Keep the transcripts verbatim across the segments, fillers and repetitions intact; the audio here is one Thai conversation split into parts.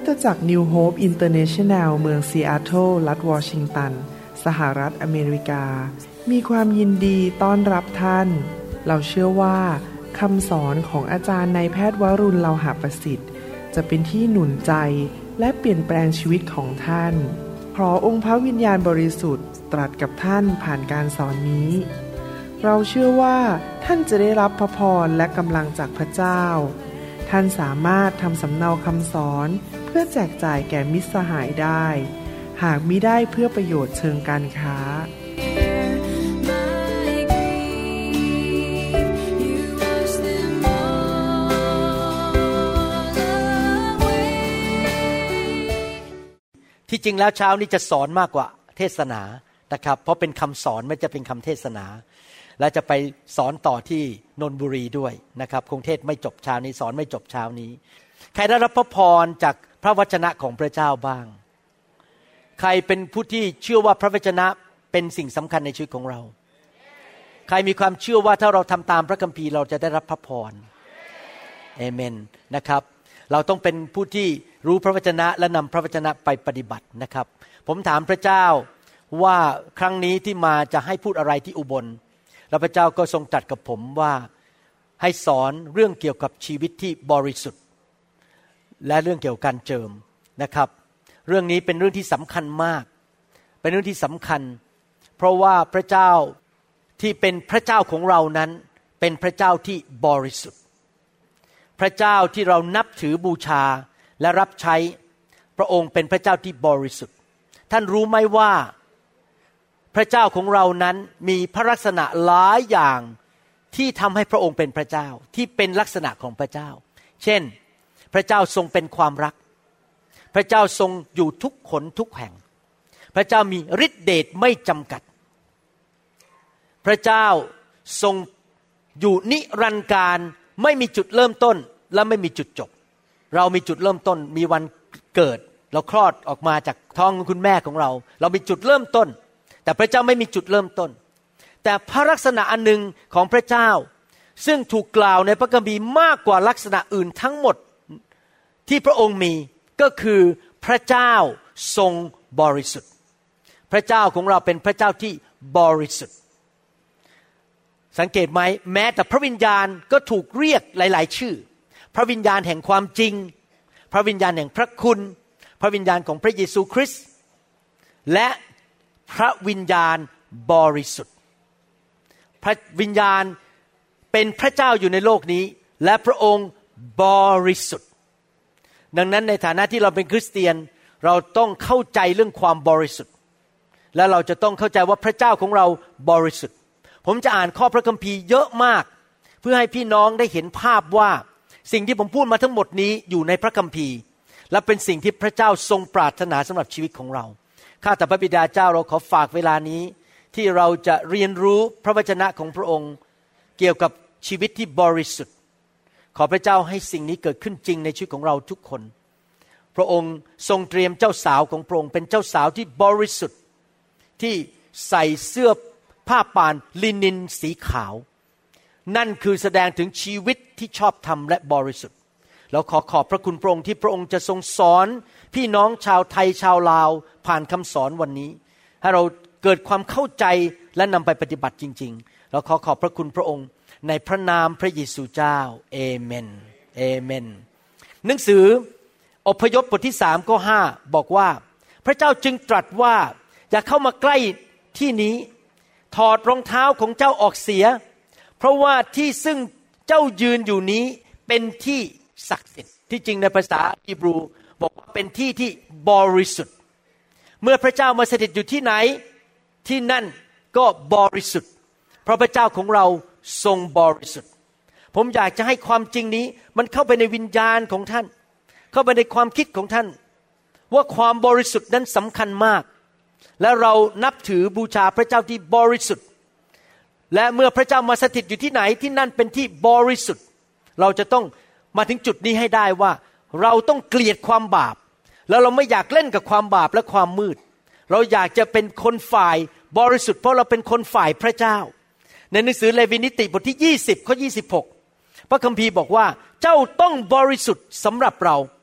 ตจักร New Hope International เมืองซีแอตเทิลรัฐวอชิงตันสหรัฐอเมริกามีความยินดีต้อนรับท่านเราเชื่อว่าคำสอนของอาจารย์นายแพทย์วรุณ เลาหะประสิทธิ์จะเป็นที่หนุนใจและเปลี่ยนแปลงชีวิตของท่านขอองค์พระวิญญาณบริสุทธิ์ตรัสกับท่านผ่านการสอนนี้เราเชื่อว่าท่านจะได้รับพระพรและกำลังจากพระเจ้าท่านสามารถทำสำเนาคำสอนเพื่อแจกจ่ายแก่มิตรสหายได้หากมิได้เพื่อประโยชน์เชิงการค้าที่จริงแล้วเช้านี้จะสอนมากกว่าเทศนานะครับเพราะเป็นคำสอนไม่จะเป็นคำเทศนาและจะไปสอนต่อที่นนทบุรีด้วยนะครับคงเทศไม่จบเช้านี้สอนไม่จบเช้านี้ใครได้รับพระพรจากพระวจนะของพระเจ้าบ้างใครเป็นผู้ที่เชื่อว่าพระวจนะเป็นสิ่งสำคัญในชีวิตของเราใครมีความเชื่อว่าถ้าเราทำตามพระคัมภีร์เราจะได้รับพระพรเอเมนนะครับเราต้องเป็นผู้ที่รู้พระวจนะและนำพระวจนะไปปฏิบัตินะครับผมถามพระเจ้าว่าครั้งนี้ที่มาจะให้พูดอะไรที่อุบลแล้วพระเจ้าก็ทรงตรัสกับผมว่าให้สอนเรื่องเกี่ยวกับชีวิตที่บริสุทธิ์และเรื่องเกี่ยวกับการเจิมนะครับเรื่องนี้เป็นเรื่องที่สำคัญมากเป็นเรื่องที่สำคัญเพราะว่าพระเจ้าที่เป็นพระเจ้าของเรานั้นเป็นพระเจ้าที่บริสุทธิ์พระเจ้าที่เรานับถือบูชาและรับใช้พระองค์เป็นพระเจ้าที่บริสุทธิ์ท่านรู้ไหมว่าพระเจ้าของเรานั้นมีพระลักษณะหลายอย่างที่ทำให้พระองค์เป็นพระเจ้าที่เป็นลักษณะของพระเจ้าเช่นพระเจ้าทรงเป็นความรักพระเจ้าทรงอยู่ทุกขนทุกแห่งพระเจ้ามีฤทธิเดชไม่จำกัดพระเจ้าทรงอยู่นิรันดร์การไม่มีจุดเริ่มต้นและไม่มีจุดจบเรามีจุดเริ่มต้นมีวันเกิดเราคลอดออกมาจากท้องคุณแม่ของเราเรามีจุดเริ่มต้นแต่พระเจ้าไม่มีจุดเริ่มต้นแต่พระลักษณะอันหนึ่งของพระเจ้าซึ่งถูกกล่าวในพระคัมภีร์มากกว่าลักษณะอื่นทั้งหมดที่พระองค์มีก็คือพระเจ้าทรงบริสุทธิ์พระเจ้าของเราเป็นพระเจ้าที่บริสุทธิ์สังเกตไหมแม้แต่พระวิญญาณก็ถูกเรียกหลายๆชื่อพระวิญญาณแห่งความจริงพระวิญญาณแห่งพระคุณพระวิญญาณของพระเยซูคริสต์และพระวิญญาณบริสุทธิ์พระวิญญาณเป็นพระเจ้าอยู่ในโลกนี้และพระองค์บริสุทธิ์ดังนั้นในฐานะที่เราเป็นคริสเตียนเราต้องเข้าใจเรื่องความบริสุทธิ์และเราจะต้องเข้าใจว่าพระเจ้าของเราบริสุทธิ์ผมจะอ่านข้อพระคัมภีร์เยอะมากเพื่อให้พี่น้องได้เห็นภาพว่าสิ่งที่ผมพูดมาทั้งหมดนี้อยู่ในพระคัมภีร์และเป็นสิ่งที่พระเจ้าทรงปรารถนาสำหรับชีวิตของเราข้าแต่พระบิดาเจ้าเราขอฝากเวลานี้ที่เราจะเรียนรู้พระวจนะของพระองค์เกี่ยวกับชีวิตที่บริสุทธิ์ขอพระเจ้าให้สิ่งนี้เกิดขึ้นจริงในชีวิตของเราทุกคนพระองค์ทรงเตรียมเจ้าสาวของพระองค์เป็นเจ้าสาวที่บริสุทธิ์ที่ใส่เสื้อผ้าป่านลินินสีขาวนั่นคือแสดงถึงชีวิตที่ชอบธรรมและบริสุทธิ์เราขอขอบพระคุณพระองค์ที่พระองค์จะทรงสอนพี่น้องชาวไทยชาวลาวผ่านคำสอนวันนี้ให้เราเกิดความเข้าใจและนำไปปฏิบัติจริงๆเราขอขอบพระคุณพระองค์ในพระนามพระเยซูเจ้าเอเมนเอเมนหนังสืออพยพบทที่สามข้อห้าบอกว่าพระเจ้าจึงตรัสว่าอย่าเข้ามาใกล้ที่นี้ถอดรองเท้าของเจ้าออกเสียเพราะว่าที่ซึ่งเจ้ายืนอยู่นี้เป็นที่ศักดิ์สิทธิ์ที่จริงในภาษาฮีบรูบอกว่าเป็นที่ที่บริสุทธิ์เมื่อพระเจ้ามาสถิตอยู่ที่ไหนที่นั่นก็บริสุทธิ์เพราะพระเจ้าของเราทรงบริสุทธิ์ผมอยากจะให้ความจริงนี้มันเข้าไปในวิญญาณของท่านเข้าไปในความคิดของท่านว่าความบริสุทธิ์นั้นสำคัญมากและเรานับถือบูชาพระเจ้าที่บริสุทธิ์และเมื่อพระเจ้ามาสถิตอยู่ที่ไหนที่นั่นเป็นที่บริสุทธิ์เราจะต้องมาถึงจุดนี้ให้ได้ว่าเราต้องเกลียดความบาปแล้วเราไม่อยากเล่นกับความบาปและความมืดเราอยากจะเป็นคนฝ่ายบริสุทธิ์เพราะเราเป็นคนฝ่ายพระเจ้าในหนังสือเลวีนิติบทที่ยี่สิบข้อยี่สิบหกพระคัมภีร์บอกว่าเจ้าต้องบริสุทธิ์สำหรับเรา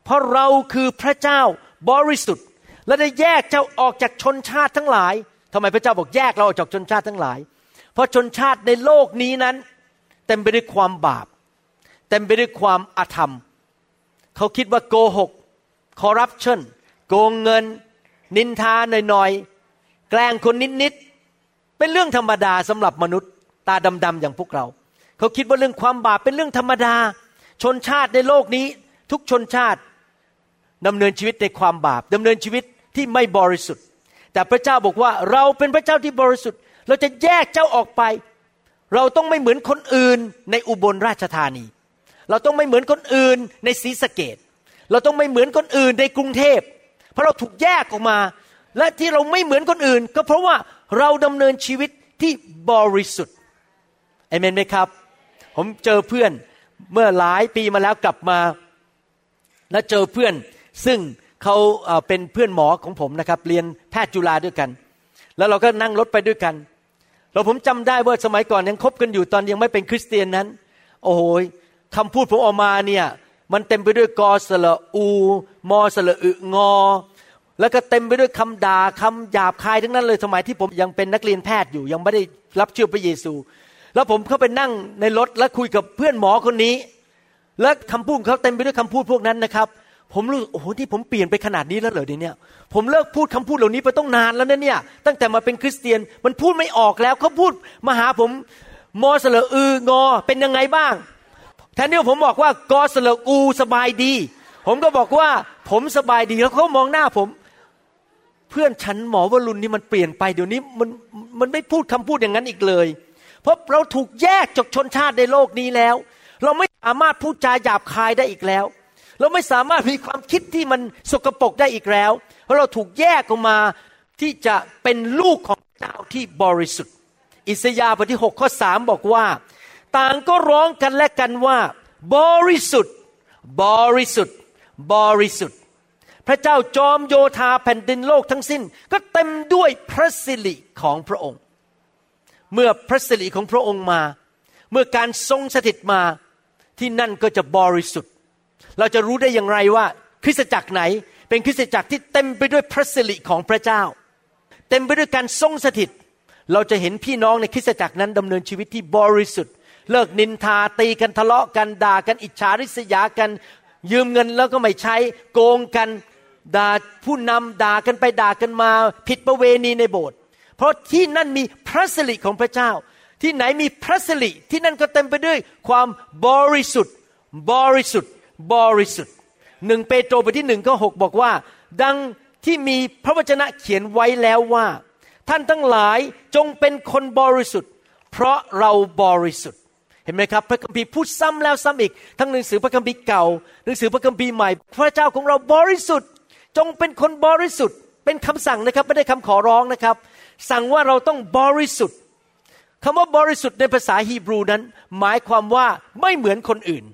เพราะเราคือพระเจ้าบริสุทธิ์และได้แยกเจ้าออกจากชนชาติทั้งหลายทำไมพระเจ้าบอกแยกเราออกจากชนชาติทั้งหลายเพราะชนชาติในโลกนี้นั้นเต็มไปด้วยความบาปเต็มไปด้วยความอธรรมเขาคิดว่าโกหกคอร์รัปชันโกงเงินนินทาหน่อยๆแกล้งคนนิดๆเป็นเรื่องธรรมดาสำหรับมนุษย์ตาดำๆอย่างพวกเราเขาคิดว่าเรื่องความบาปเป็นเรื่องธรรมดาชนชาติในโลกนี้ทุกชนชาติดำเนินชีวิตในความบาปดำเนินชีวิตที่ไม่บริสุทธิ์แต่พระเจ้าบอกว่าเราเป็นพระเจ้าที่บริสุทธิ์เราจะแยกเจ้าออกไปเราต้องไม่เหมือนคนอื่นในอุบลราชธานีเราต้องไม่เหมือนคนอื่นในศรีสะเกษเราต้องไม่เหมือนคนอื่นในกรุงเทพเพราะเราถูกแยกออกมาและที่เราไม่เหมือนคนอื่นก็เพราะว่าเราดำเนินชีวิตที่บริสุทธิ์เอเมนไหมครับผมเจอเพื่อนเมื่อหลายปีมาแล้วกลับมาแล้วเจอเพื่อนซึ่งเขาเป็นเพื่อนหมอของผมนะครับเรียนแพทย์จุฬาด้วยกันแล้วเราก็นั่งรถไปด้วยกันแล้วผมจำได้ว่าสมัยก่อนยังคบกันอยู่ตอนยังไม่เป็นคริสเตียนนั้นโอ้โหคำพูดผมออกมาเนี่ยมันเต็มไปด้วยกอสระอูมอสระอึงอแล้วก็เต็มไปด้วยคำด่าคำหยาบคายทั้งนั้นเลยสมัยที่ผมยังเป็นนักเรียนแพทย์อยู่ยังไม่ได้รับเชื่อพระเยซูแล้วผมเข้าไปนั่งในรถแล้วคุยกับเพื่อนหมอคนนี้และคำพูดเขาเต็มไปด้วยคำพูดพวกนั้นนะครับผมรู้โอ้โหที่ผมเปลี่ยนไปขนาดนี้แล้วเหรอเนี่ยผมเลิกพูดคำพูดเหล่านี้ไปต้องนานแล้วนะเนี่ยตั้งแต่มาเป็นคริสเตียนมันพูดไม่ออกแล้วเขาพูดมาหาผมมอสระอืองอเป็นยังไงบ้างแทนที่ผมบอกว่ากอสระอูสบายดีผมก็บอกว่าผมสบายดีแล้วเขามองหน้าผมเพื่อนฉันหมอวรุณนี่มันเปลี่ยนไปเดี๋ยวนี้มันมันไม่พูดคำพูดอย่างนั้นอีกเลยเพราะเราถูกแยกจากชนชาติในโลกนี้แล้วเราไม่สามารถพูดจาหยาบคายได้อีกแล้วเราไม่สามารถมีความคิดที่มันสกปรกได้อีกแล้วเพราะเราถูกแยกออกมาที่จะเป็นลูกของเจ้าที่บริสุทธิ์อิสยาห์บทที่หกข้อสามบอกว่าต่างก็ร้องกันและกันว่าบริสุทธิ์บริสุทธิ์บริสุทธิ์พระเจ้าจอมโยธาแผ่นดินโลกทั้งสิ้นก็เต็มด้วยพระสิริของพระองค์เมื่อพระสิริของพระองค์มาเมื่อการทรงสถิตมาที่นั่นก็จะบริสุทธิ์เราจะรู้ได้อย่างไรว่าคริสตจักรไหนเป็นคริสตจักรที่เต็มไปด้วยพระสิริของพระเจ้าเต็มไปด้วยการทรงสถิตเราจะเห็นพี่น้องในคริสตจักรนั้นดำเนินชีวิตที่บริสุทธิ์เลิกนินทาตีกันทะเลาะกันด่ากันอิจฉาริษยากันยืมเงินแล้วก็ไม่ใช้โกงกันด่าผู้นำด่ากันไปด่ากันมาผิดประเวณีในโบสถ์เพราะที่นั่นมีพระสิริของพระเจ้าที่ไหนมีพระสิริที่นั่นก็เต็มไปด้วยความบริสุทธิ์บริสุทธิ์บริสุทธิ์หนึ่งเปโตรบทที่หนึ่งข้อหกบอกว่าดังที่มีพระวจนะเขียนไว้แล้วว่าท่านทั้งหลายจงเป็นคนบริสุทธิ์เพราะเราบริสุทธิ์เห็นไหมครับพระคัมภีร์พูดซ้ำแล้วซ้ำอีกทั้งหนังสือพระคัมภีร์เก่าหนังสือพระคัมภีร์ใหม่พระเจ้าของเราบริสุทธิ์จงเป็นคนบริสุทธิ์เป็นคำสั่งนะครับไม่ได้คำขอร้องนะครับสั่งว่าเราต้องบริสุทธิ์คำว่าบริสุทธิ์ในภาษาฮีบรูนั้นหมายความว่าไม่เหมือนคนอื่น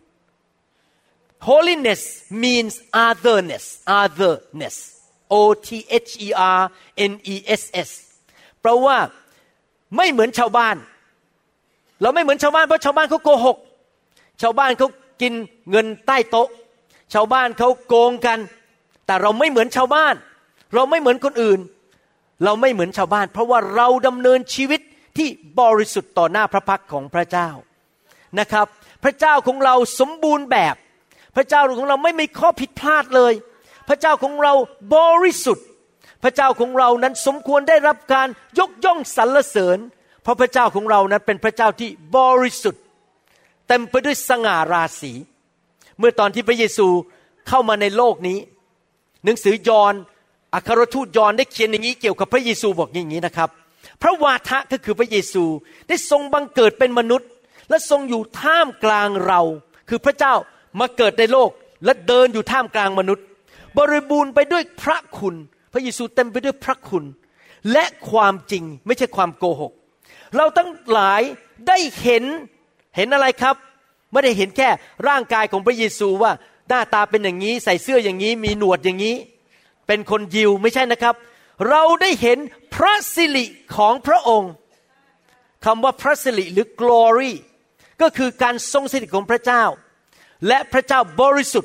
Holiness means otherness otherness O T H E R N E S S แปลว่าไม่เหมือนชาวบ้านเราไม่เหมือนชาวบ้านเพราะชาวบ้านเขาโกหกชาวบ้านเขากินเงินใต้โต๊ะชาวบ้านเขาโกงกันแต่เราไม่เหมือนชาวบ้านเราไม่เหมือนคนอื่นเราไม่เหมือนชาวบ้านเพราะว่าเราดำเนินชีวิตที่บริสุทธิ์ต่อหน้าพระพักของพระเจ้านะครับพระเจ้าของเราสมบูรณ์แบบพระเจ้าของเราไม่มีข้อผิดพลาดเลยพระเจ้าของเราบริสุทธิ์พระเจ้าของเรานั้นสมควรได้รับการยกย่องสรรเสริญเพราะพระเจ้าของเรานั้นเป็นพระเจ้าที่บริสุทธิ์เต็มไปด้วยสง่าราศีเมื่อตอนที่พระเยซูเข้ามาในโลกนี้หนังสือยอห์นอัครทูตยอห์นได้เขียนอย่างนี้เกี่ยวกับพระเยซูบอกอย่างนี้นะครับพระวาทะก็คือพระเยซูได้ทรงบังเกิดเป็นมนุษย์และทรงอยู่ท่ามกลางเราคือพระเจ้ามาเกิดในโลกและเดินอยู่ท่ามกลางมนุษย์บริบูรณ์ไปด้วยพระคุณพระเยซูเต็มไปด้วยพระคุณและความจริงไม่ใช่ความโกหกเราทั้งหลายได้เห็นเห็นอะไรครับไม่ได้เห็นแค่ร่างกายของพระเยซูว่าหน้าตาเป็นอย่างนี้ใส่เสื้ออย่างนี้มีหนวดอย่างนี้เป็นคนยิวไม่ใช่นะครับเราได้เห็นพระสิริของพระองค์คำว่าพระสิริหรือ glory ก็คือการทรงสถิตของพระเจ้าและพระเจ้าบริสุทธิ์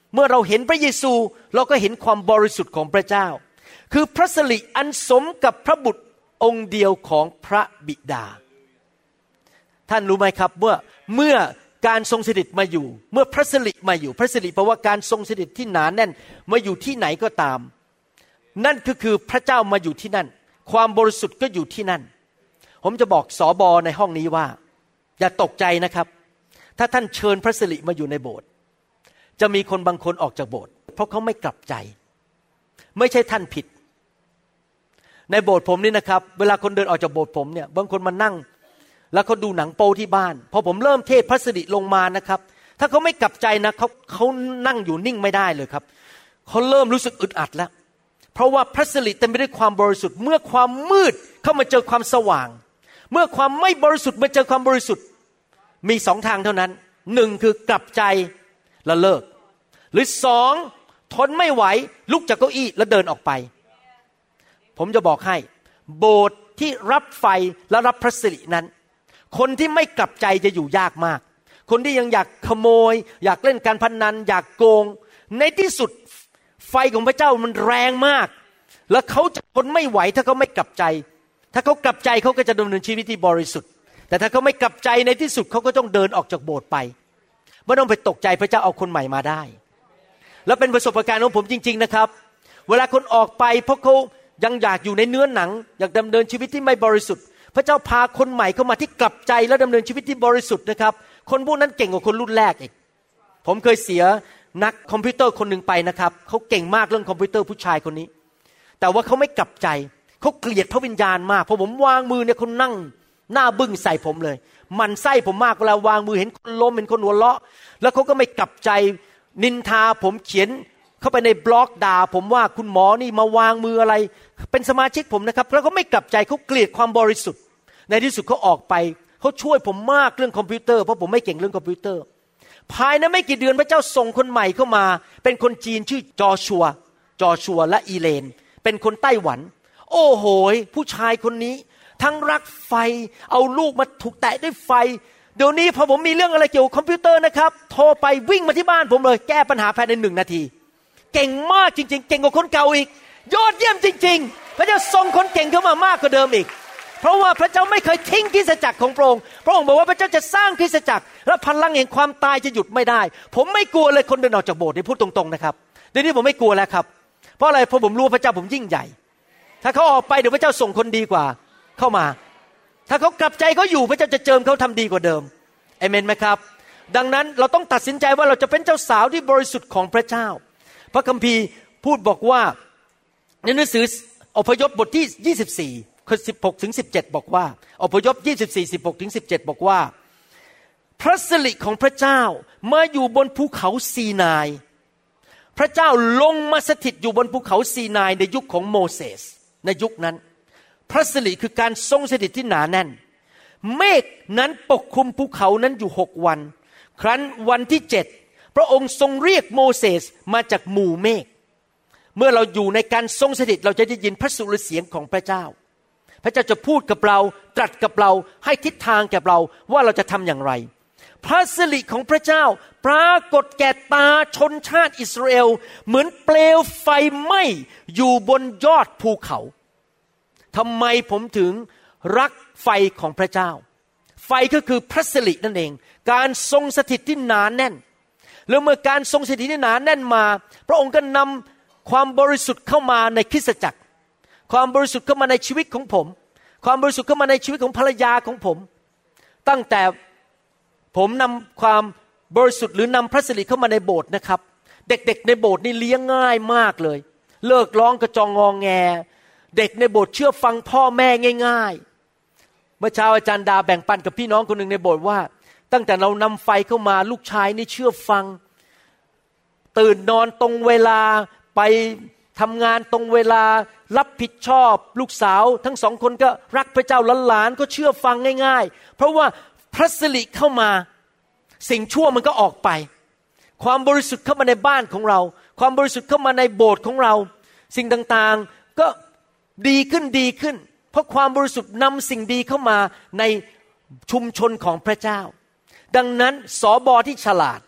เมื่อเราเห็นพระเยซูเราก็เห็นความบริสุทธิ์ของพระเจ้าคือพระสิริอันสมกับพระบุตรองค์เดียวของพระบิดาท่านรู้ไหมครับเมื่อเมื่อการทรงสถิตมาอยู่เมื่อพระสิริมาอยู่พระสิริแปลว่าการทรงสถิตที่หนาแน่นมาอยู่ที่ไหนก็ตามนั่นก็คือพระเจ้ามาอยู่ที่นั่นความบริสุทธิ์ก็อยู่ที่นั่นผมจะบอกสบในห้องนี้ว่าอย่าตกใจนะครับถ้าท่านเชิญพระสิริมาอยู่ในโบสถ์จะมีคนบางคนออกจากโบสถ์เพราะเขาไม่กลับใจไม่ใช่ท่านผิดในโบสถ์ผมนี่นะครับเวลาคนเดินออกจากโบสถ์ผมเนี่ยบางคนมานั่งแล้วเขาดูหนังโป๊ที่บ้านพอผมเริ่มเทศพระสิริลงมานะครับถ้าเขาไม่กลับใจนะเขาเขานั่งอยู่นิ่งไม่ได้เลยครับเขาเริ่มรู้สึกอึดอัดแล้วเพราะว่าพระสิริเต็มไปด้วยความบริสุทธิ์เมื่อความมืดเข้ามาเจอความสว่างเมื่อความไม่บริสุทธิ์มาเจอความบริสุทธิ์มีสองทางเท่านั้นหนึ่งคือกลับใจแล้วเลิกหรือสองทนไม่ไหวลุกจากเก้าอี้แล้วเดินออกไปผมจะบอกให้โบสถ์ที่รับไฟและรับพระสิรินั้นคนที่ไม่กลับใจจะอยู่ยากมากคนที่ยังอยากขโมยอยากเล่นการพนันอยากโกงในที่สุดไฟของพระเจ้ามันแรงมากแล้วเขาจะทนไม่ไหวถ้าเขาไม่กลับใจถ้าเขากลับใจเขาก็จะดำเนินชีวิตที่บริสุทธิ์แต่ถ้าเขาไม่กลับใจในที่สุดเขาก็ต้องเดินออกจากโบสถ์ไปไม่ต้องไปตกใจพระเจ้าเอาคนใหม่มาได้แล้วเป็นประสบการณ์ของผมจริงๆนะครับเวลาคนออกไปเพราะเขายังอยากอยู่ในเนื้อหนังอยากดำเนินชีวิตที่ไม่บริสุทธิ์พระเจ้าพาคนใหม่เข้ามาที่กลับใจและดำเนินชีวิตที่บริสุทธิ์นะครับคนพวกนั้นเก่งกว่าคนรุ่นแรกอีกผมเคยเสียนักคอมพิวเตอร์คนหนึ่งไปนะครับเขาเก่งมากเรื่องคอมพิวเตอร์ผู้ชายคนนี้แต่ว่าเขาไม่กลับใจเขาเกลียดพระวิญญาณมากพอผมวางมือเนี่ยเขานั่งหน้าบึ้งใส่ผมเลยมันไส้ผมมากเวลาวางมือเห็นคนล้มเห็นคนหัวเราะแล้วเขาก็ไม่กลับใจนินทาผมเขียนเข้าไปในบล็อกด่าผมว่าคุณหมอนี่มาวางมืออะไรเป็นสมาชิกผมนะครับแล้วเขาไม่กลับใจเขาเกลียดความบริสุทธิ์ในที่สุดเขาออกไปเขาช่วยผมมากเรื่องคอมพิวเตอร์เพราะผมไม่เก่งเรื่องคอมพิวเตอร์ภายในไม่กี่เดือนพระเจ้าส่งคนใหม่เข้ามาเป็นคนจีนชื่อจอชัวจอชัวและอีเลนเป็นคนไต้หวันโอ้โหผู้ชายคนนี้ทั้งรักไฟเอาลูกมาถูกแตะด้วยไฟเดี๋ยวนี้พอผมมีเรื่องอะไรเกี่ยวกับคอมพิวเตอร์นะครับโทรไปวิ่งมาที่บ้านผมเลยแก้ปัญหาภายในหนึ่งนาทีเก่งมากจริงๆเก่งกว่าคนเก่าอีกยอดเยี่ยมจริงๆพระเจ้าส่งคนเก่งเข้ามามากกว่าเดิมอีกเพราะว่าพระเจ้าไม่เคยทิ้งคริสตจักรของพระองค์พระองค์บอกว่าพระเจ้าจะสร้างคริสตจักรและพลังแห่งความตายจะหยุดไม่ได้ผมไม่กลัวเลยคนเดินออกจากโบสถ์นี่พูดตรงๆนะครับเดี๋ยวนี้ผมไม่กลัวแล้วครับเพราะอะไรเพราะผมรู้พระเจ้าผมยิ่งใหญ่ถ้าเขาออกไปเดี๋ยวพระเจ้าส่งคนดีกว่าเข้ามาถ้าเขากลับใจเขาอยู่พระเจ้าจะเจิมเขาทำดีกว่าเดิมเอเมนไหมครับดังนั้นเราต้องตัดสินใจว่าเราจะเป็นเจ้าสาวที่บริสุทธิ์ของพระเจ้าพระคัมภีร์พูดบอกว่าในหนังสืออพยพบทที่ยี่สิบสี่ข้อสิบหกถึงสิบเจ็ดบอกว่าอพยพยี่สิบสี่ สิบหกถึงสิบเจ็ดบอกว่าพระสิริของพระเจ้ามาอยู่บนภูเขาซีนายพระเจ้าลงมาสถิตอยู่บนภูเขาซีนายในยุคของโมเสสในยุคนั้นพระสิริคือการทรงสถิตที่หนาแน่นเมฆนั้นปกคลุมภูเขานั้นอยู่หกวันครั้นวันที่เจ็ดพระองค์ทรงเรียกโมเสสมาจากหมู่เมฆเมื่อเราอยู่ในการทรงสถิตเราจะได้ยินพระสุรเสียงของพระเจ้าพระเจ้าจะพูดกับเราตรัสกับเราให้ทิศทางแก่เราว่าเราจะทำอย่างไรพระสิริของพระเจ้าปรากฏแก่ตาชนชาติอิสราเอลเหมือนเปลวไฟไหม้อยู่บนยอดภูเขาทำไมผมถึงรักไฟของพระเจ้าไฟก็คือพระสิรินั่นเองการทรงสถิตที่หนาแน่นแล้วเมื่อการทรงสถิตที่หนาแน่นมาพระองค์ก็นำความบริสุทธิ์เข้ามาในคริสตจักรความบริสุทธิ์เข้ามาในชีวิตของผมความบริสุทธิ์เข้ามาในชีวิตของภรรยาของผมตั้งแต่ผมนำความบริสุทธิ์หรือนำพระสิริเข้ามาในโบสถ์นะครับเด็กๆในโบสถ์นี่เลี้ยงง่ายมากเลยเลิกร้องกระจองงอแงเด็กในโบสถ์เชื่อฟังพ่อแม่ง่ายๆเมื่อเช้าอาจารย์ดาแบ่งปันกับพี่น้องคนหนึ่งในโบสถ์ว่าตั้งแต่เรานำไฟเข้ามาลูกชายนี่เชื่อฟังตื่นนอนตรงเวลาไปทำงานตรงเวลารับผิดชอบลูกสาวทั้งสองคนก็รักพระเจ้าหลานๆก็เชื่อฟังง่ายๆเพราะว่าพระสิริเข้ามาสิ่งชั่วมันก็ออกไปความบริสุทธิ์เข้ามาในบ้านของเราความบริสุทธิ์เข้ามาในโบสถ์ของเราสิ่งต่างๆก็ดีขึ้นดีขึ้นเพราะความบริสุทธิ์นำสิ่งดีเข้ามาในชุมชนของพระเจ้าดังนั้นสบที่ฉลาด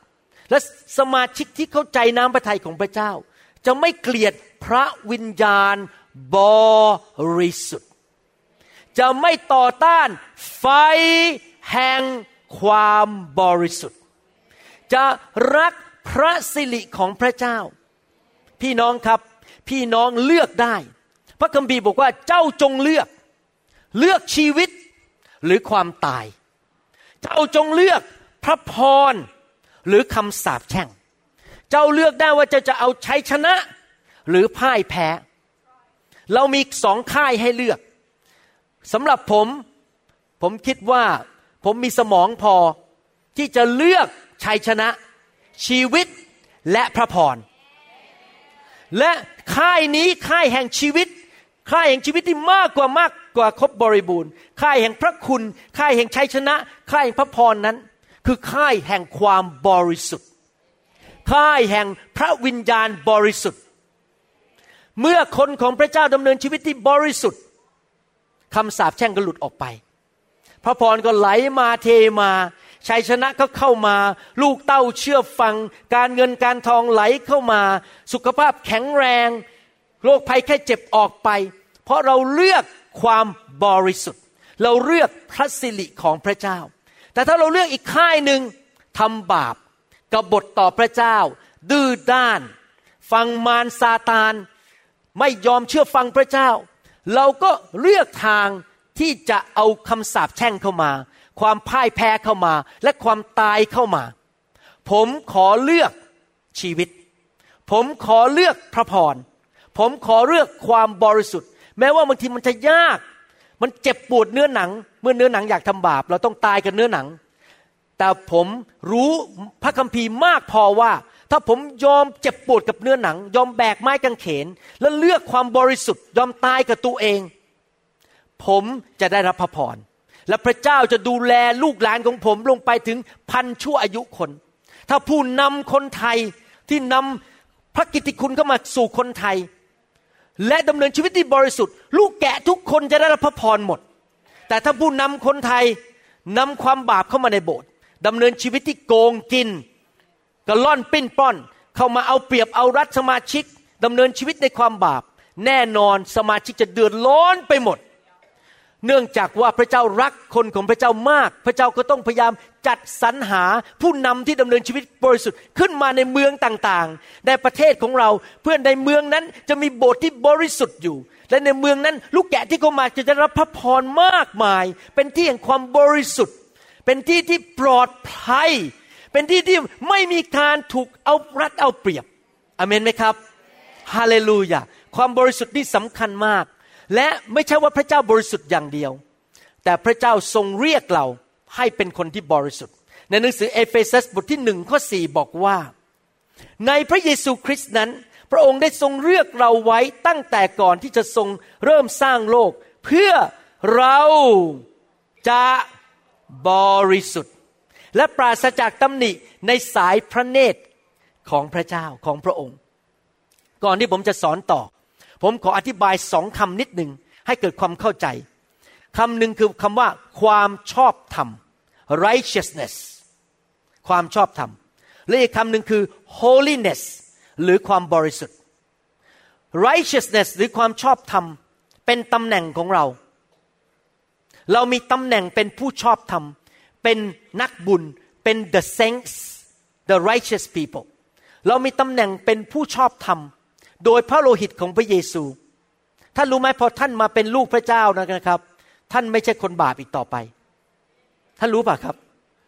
และสมาชิกที่เข้าใจน้ำพระทัยของพระเจ้าจะไม่เกลียดพระวิญญาณบริสุทธิ์จะไม่ต่อต้านไฟแห่งความบริสุทธิ์จะรักพระสิริของพระเจ้าพี่น้องครับพี่น้องเลือกได้พระคัมภีร์บอกว่าเจ้าจงเลือกเลือกชีวิตหรือความตายเจ้าจงเลือกพระพรหรือคำสาปแช่งเจ้าเลือกได้ว่าเจ้าจะเอาชัยชนะหรือพ่ายแพ้เรามีสองค่ายให้เลือกสำหรับผมผมคิดว่าผมมีสมองพอที่จะเลือกชัยชนะชีวิตและพระพรและค่ายนี้ค่ายแห่งชีวิตค่ายแห่งชีวิตที่มากกว่ามากกว่าครบบริบูรณ์ค่ายแห่งพระคุณค่ายแห่งชัยชนะค่ายแห่งพระพรนั้นคือค่ายแห่งความบริสุทธิ์ค่ายแห่งพระวิญญาณบริสุทธิ์เมื่อคนของพระเจ้าดำเนินชีวิตที่บริสุทธิ์คำสาปแช่งก็หลุดออกไปพระพรก็ไหลมาเทมาชัยชนะก็เข้ามาลูกเต้าเชื่อฟังการเงินการทองไหลเข้ามาสุขภาพแข็งแรงโรคภัยแค่เจ็บออกไปเพราะเราเลือกความบริสุทธิ์เราเลือกพระสิริของพระเจ้าแต่ถ้าเราเลือกอีกค่ายหนึ่งทำบาปกบฏต่อพระเจ้าดื้อด้านฟังมารซาตานไม่ยอมเชื่อฟังพระเจ้าเราก็เลือกทางที่จะเอาคำสาปแช่งเข้ามาความพ่ายแพ้เข้ามาและความตายเข้ามาผมขอเลือกชีวิตผมขอเลือกพระพรผมขอเลือกความบริสุทธิ์แม้ว่าบางทีมันจะยากมันเจ็บปวดเนื้อหนังเมื่อเนื้อหนังอยากทำบาปเราต้องตายกับเนื้อหนังแต่ผมรู้พระคัมภีร์มากพอว่าถ้าผมยอมเจ็บปวดกับเนื้อหนังยอมแบกไม้กางเขนและเลือกความบริสุทธิ์ยอมตายกับตัวเองผมจะได้รับพระพรและพระเจ้าจะดูแลลูกหลานของผมลงไปถึงพันชั่วอายุคนถ้าผู้นำคนไทยที่นำพระกิตติคุณเข้ามาสู่คนไทยและดำเนินชีวิตที่บริสุทธิ์ลูกแกะทุกคนจะได้รับพระพรหมดแต่ถ้าผู้นำคนไทยนำความบาปเข้ามาในโบสถ์ดำเนินชีวิตที่โกงกินกระล่อนปิ้นป้อนเข้ามาเอาเปรียบเอารัดสมาชิกดำเนินชีวิตในความบาปแน่นอนสมาชิกจะเดือดร้อนไปหมดเนื่องจากว่าพระเจ้ารักคนของพระเจ้ามากพระเจ้าก็ต้องพยายามจัดสรรหาผู้นำที่ดำเนินชีวิตบริสุทธิ์ขึ้นมาในเมืองต่างๆในประเทศของเราเพื่อในเมืองนั้นจะมีโบสถ์ที่บริสุทธิ์อยู่และในเมืองนั้นลูกแกะที่เข้ามาจะได้รับพระพรมากมายเป็นที่แห่งความบริสุทธิ์เป็นที่ที่ปลอดภัยเป็นที่ที่ไม่มีการถูกเอารัดเอาเปรียบอาเมนไหมครับฮาเลลูยาความบริสุทธิ์นี่สำคัญมากและไม่ใช่ว่าพระเจ้าบริสุทธิ์อย่างเดียวแต่พระเจ้าทรงเรียกเราให้เป็นคนที่บริสุทธิ์ในหนังสือเอเฟซัสบทที่หนึ่งข้อสี่บอกว่าในพระเยซูคริสต์นั้นพระองค์ได้ทรงเลือกเราไว้ตั้งแต่ก่อนที่จะทรงเริ่มสร้างโลกเพื่อเราจะบริสุทธิ์และปราศจากตำหนิในสายพระเนตรของพระเจ้าของพระองค์ก่อนที่ผมจะสอนต่อผมขออธิบายสองคำนิดหนึ่งให้เกิดความเข้าใจคำหนึ่งคือคำว่าความชอบธรรม righteousness ความชอบธรรมและอีกคำหนึ่งคือ holiness หรือความบริสุทธิ์ righteousness หรือความชอบธรรมเป็นตำแหน่งของเราเรามีตำแหน่งเป็นผู้ชอบธรรมเป็นนักบุญเป็น the saints the righteous people เรามีตำแหน่งเป็นผู้ชอบธรรมโดยพระโลหิตของพระเยซูท่านรู้ไหมพอท่านมาเป็นลูกพระเจ้านะครับท่านไม่ใช่คนบาปอีกต่อไปท่านรู้ป่ะครับ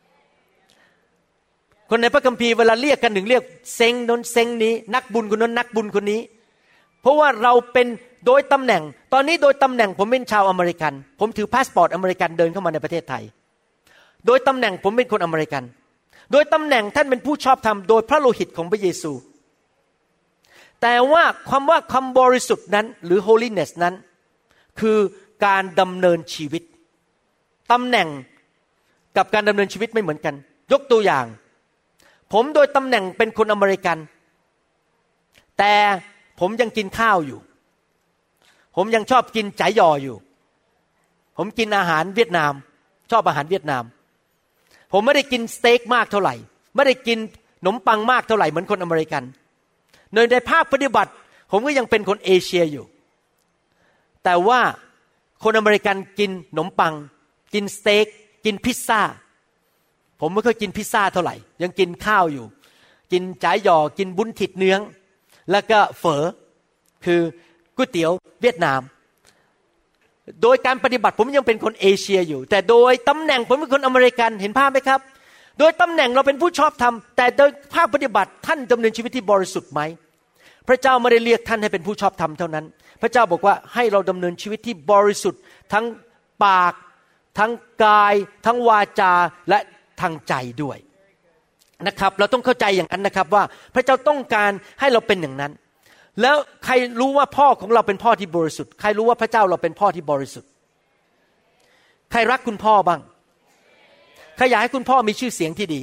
คนในพระคัมภีร์เวลาเรียกกันถึงเรียกเซ็งโน้นเซ็งนี้นักบุญคนนั้นนักบุญคนนี้เพราะว่าเราเป็นโดยตำแหน่งตอนนี้โดยตำแหน่งผมเป็นชาวอเมริกันผมถือพาสปอร์ตอเมริกันเดินเข้ามาในประเทศไทยโดยตำแหน่งผมเป็นคนอเมริกันโดยตำแหน่งท่านเป็นผู้ชอบธรรมโดยพระโลหิตของพระเยซูแต่ว่าความว่าความบริสุทธิ์นั้นหรือ holiness นั้นคือการดำเนินชีวิตตำแหน่งกับการดำเนินชีวิตไม่เหมือนกันยกตัวอย่างผมโดยตำแหน่งเป็นคนอเมริกันแต่ผมยังกินข้าวอยู่ผมยังชอบกินจ๋ายออยู่ผมกินอาหารเวียดนามชอบอาหารเวียดนามผมไม่ได้กินสเต็กมากเท่าไหร่ไม่ได้กินนมปังมากเท่าไหร่เหมือนคนอเมริกันในในภาคปฏิบัติผมก็ยังเป็นคนเอเชียอยู่แต่ว่าคนอเมริกันกินขนมปังกินสเต็กกินพิซซ่าผมไม่เคยกินพิซซ่าเท่าไหร่ยังกินข้าวอยู่กินจ๋าหย่อกินบุ้นถิดเนื้องแล้วก็เฝอคือก๋วยเตี๋ยวเวียดนามโดยการปฏิบัติผมยังเป็นคนเอเชียอยู่แต่โดยตำแหน่งผมเป็นคนอเมริกันเห็นภาพไหมครับโดยตำแหน่งเราเป็นผู้ชอบธรรมแต่โดยภาคปฏิบัติท่านดำเนินชีวิตที่บริสุทธิ์ไหมพระเจ้าไม่ได้เรียกท่านให้เป็นผู้ชอบธรรมเท่านั้นพระเจ้าบอกว่าให้เราดำเนินชีวิตที่บริสุทธิ์ทั้งปากทั้งกายทั้งวาจาและทางใจด้วยนะครับเราต้องเข้าใจอย่างนั้นนะครับว่าพระเจ้าต้องการให้เราเป็นอย่างนั้นแล้วใครรู้ว่าพ่อของเราเป็นพ่อที่บริสุทธิ์ใครรู้ว่าพระเจ้าเราเป็นพ่อที่บริสุทธิ์ใครรักคุณพ่อบ้างใครอยากให้คุณพ่อมีชื่อเสียงที่ดี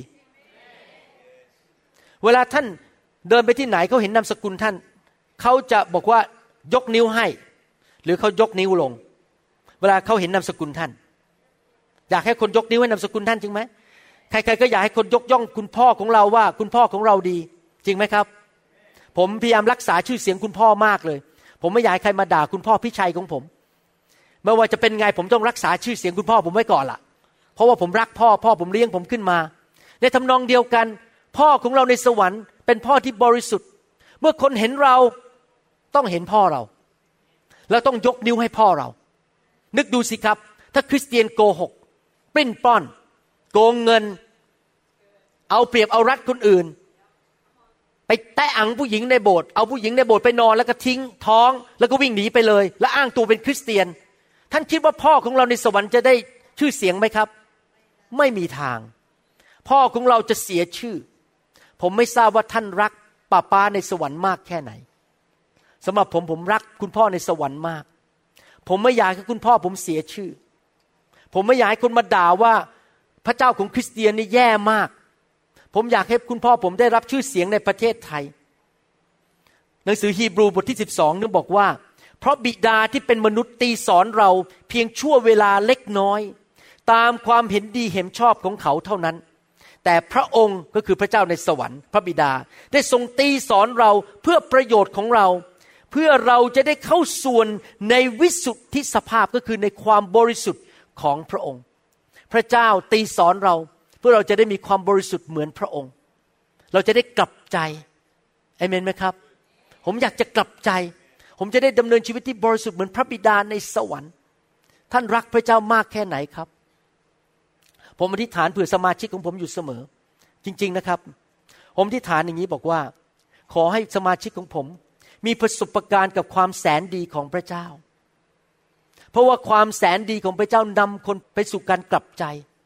เวลาท่านเดินไปที่ไหนเขาเห็นนามสกุลท่านเขาจะบอกว่ายกนิ้วให้หรือเขายกนิ้วลงเวลาเขาเห็นนามสกุลท่านอยากให้คนยกนิ้วให้นามสกุลท่านจริงไหมใครๆก็อยากให้คนยกย่องคุณพ่อของเราว่าคุณพ่อของเราดีจริงไหมครับผมพยายามรักษาชื่อเสียงคุณพ่อมากเลยผมไม่อยากให้ใครมาด่าคุณพ่อพี่ชัยของผมไม่ว่าจะเป็นไงผมต้องรักษาชื่อเสียงคุณพ่อผมไว้ก่อนล่ะเพราะว่าผมรักพ่อพ่อผมเลี้ยงผมขึ้นมาในทำนองเดียวกันพ่อของเราในสวรรค์เป็นพ่อที่บริสุทธิ์เมื่อคนเห็นเราต้องเห็นพ่อเราแล้วต้องยกนิ้วให้พ่อเรานึกดูสิครับถ้าคริสเตียนโกหกปลิ้นปล้อนโกงเงินเอาเปรียบเอารัดคนอื่นไปแตะอังผู้หญิงในโบสถ์เอาผู้หญิงในโบสถ์ไปนอนแล้วก็ทิ้งท้องแล้วก็วิ่งหนีไปเลยและอ้างตัวเป็นคริสเตียนท่านคิดว่าพ่อของเราในสวรรค์จะได้ชื่อเสียงไหมครับไม่มีทางพ่อของเราจะเสียชื่อผมไม่ทราบว่าท่านรักป้าป้าในสวรรค์มากแค่ไหนสำหรับผมผมรักคุณพ่อในสวรรค์มากผมไม่อยากให้คุณพ่อผมเสียชื่อผมไม่อยากให้คนมาด่าว่าพระเจ้าของคริสเตียนนี่แย่มากผมอยากให้คุณพ่อผมได้รับชื่อเสียงในประเทศไทยหนังสือฮีบรูบทที่สิบสองนั้นบอกว่าเพราะบิดาที่เป็นมนุษย์ตีสอนเราเพียงชั่วเวลาเล็กน้อยตามความเห็นดีเห็นชอบของเขาเท่านั้นแต่พระองค์ก็คือพระเจ้าในสวรรค์พระบิดาได้ทรงตีสอนเราเพื่อประโยชน์ของเราเพื่อเราจะได้เข้าส่วนในวิสุทธิสภาพก็คือในความบริสุทธิ์ของพระองค์พระเจ้าตีสอนเราเพื่อเราจะได้มีความบริสุทธิ์เหมือนพระองค์เราจะได้กลับใจอาเมนไหมครับผมอยากจะกลับใจผมจะได้ดำเนินชีวิตที่บริสุทธิ์เหมือนพระบิดาในสวรรค์ท่านรักพระเจ้ามากแค่ไหนครับผมอธิษฐานเผื่อสมาชิกของผมอยู่เสมอจริงๆนะครับผมอธิษฐานอย่างนี้บอกว่าขอให้สมาชิกของผมมีประสบการณ์กับความแสนดีของพระเจ้าเพราะว่าความแสนดีของพระเจ้านำคนไปสู่การกลับใจ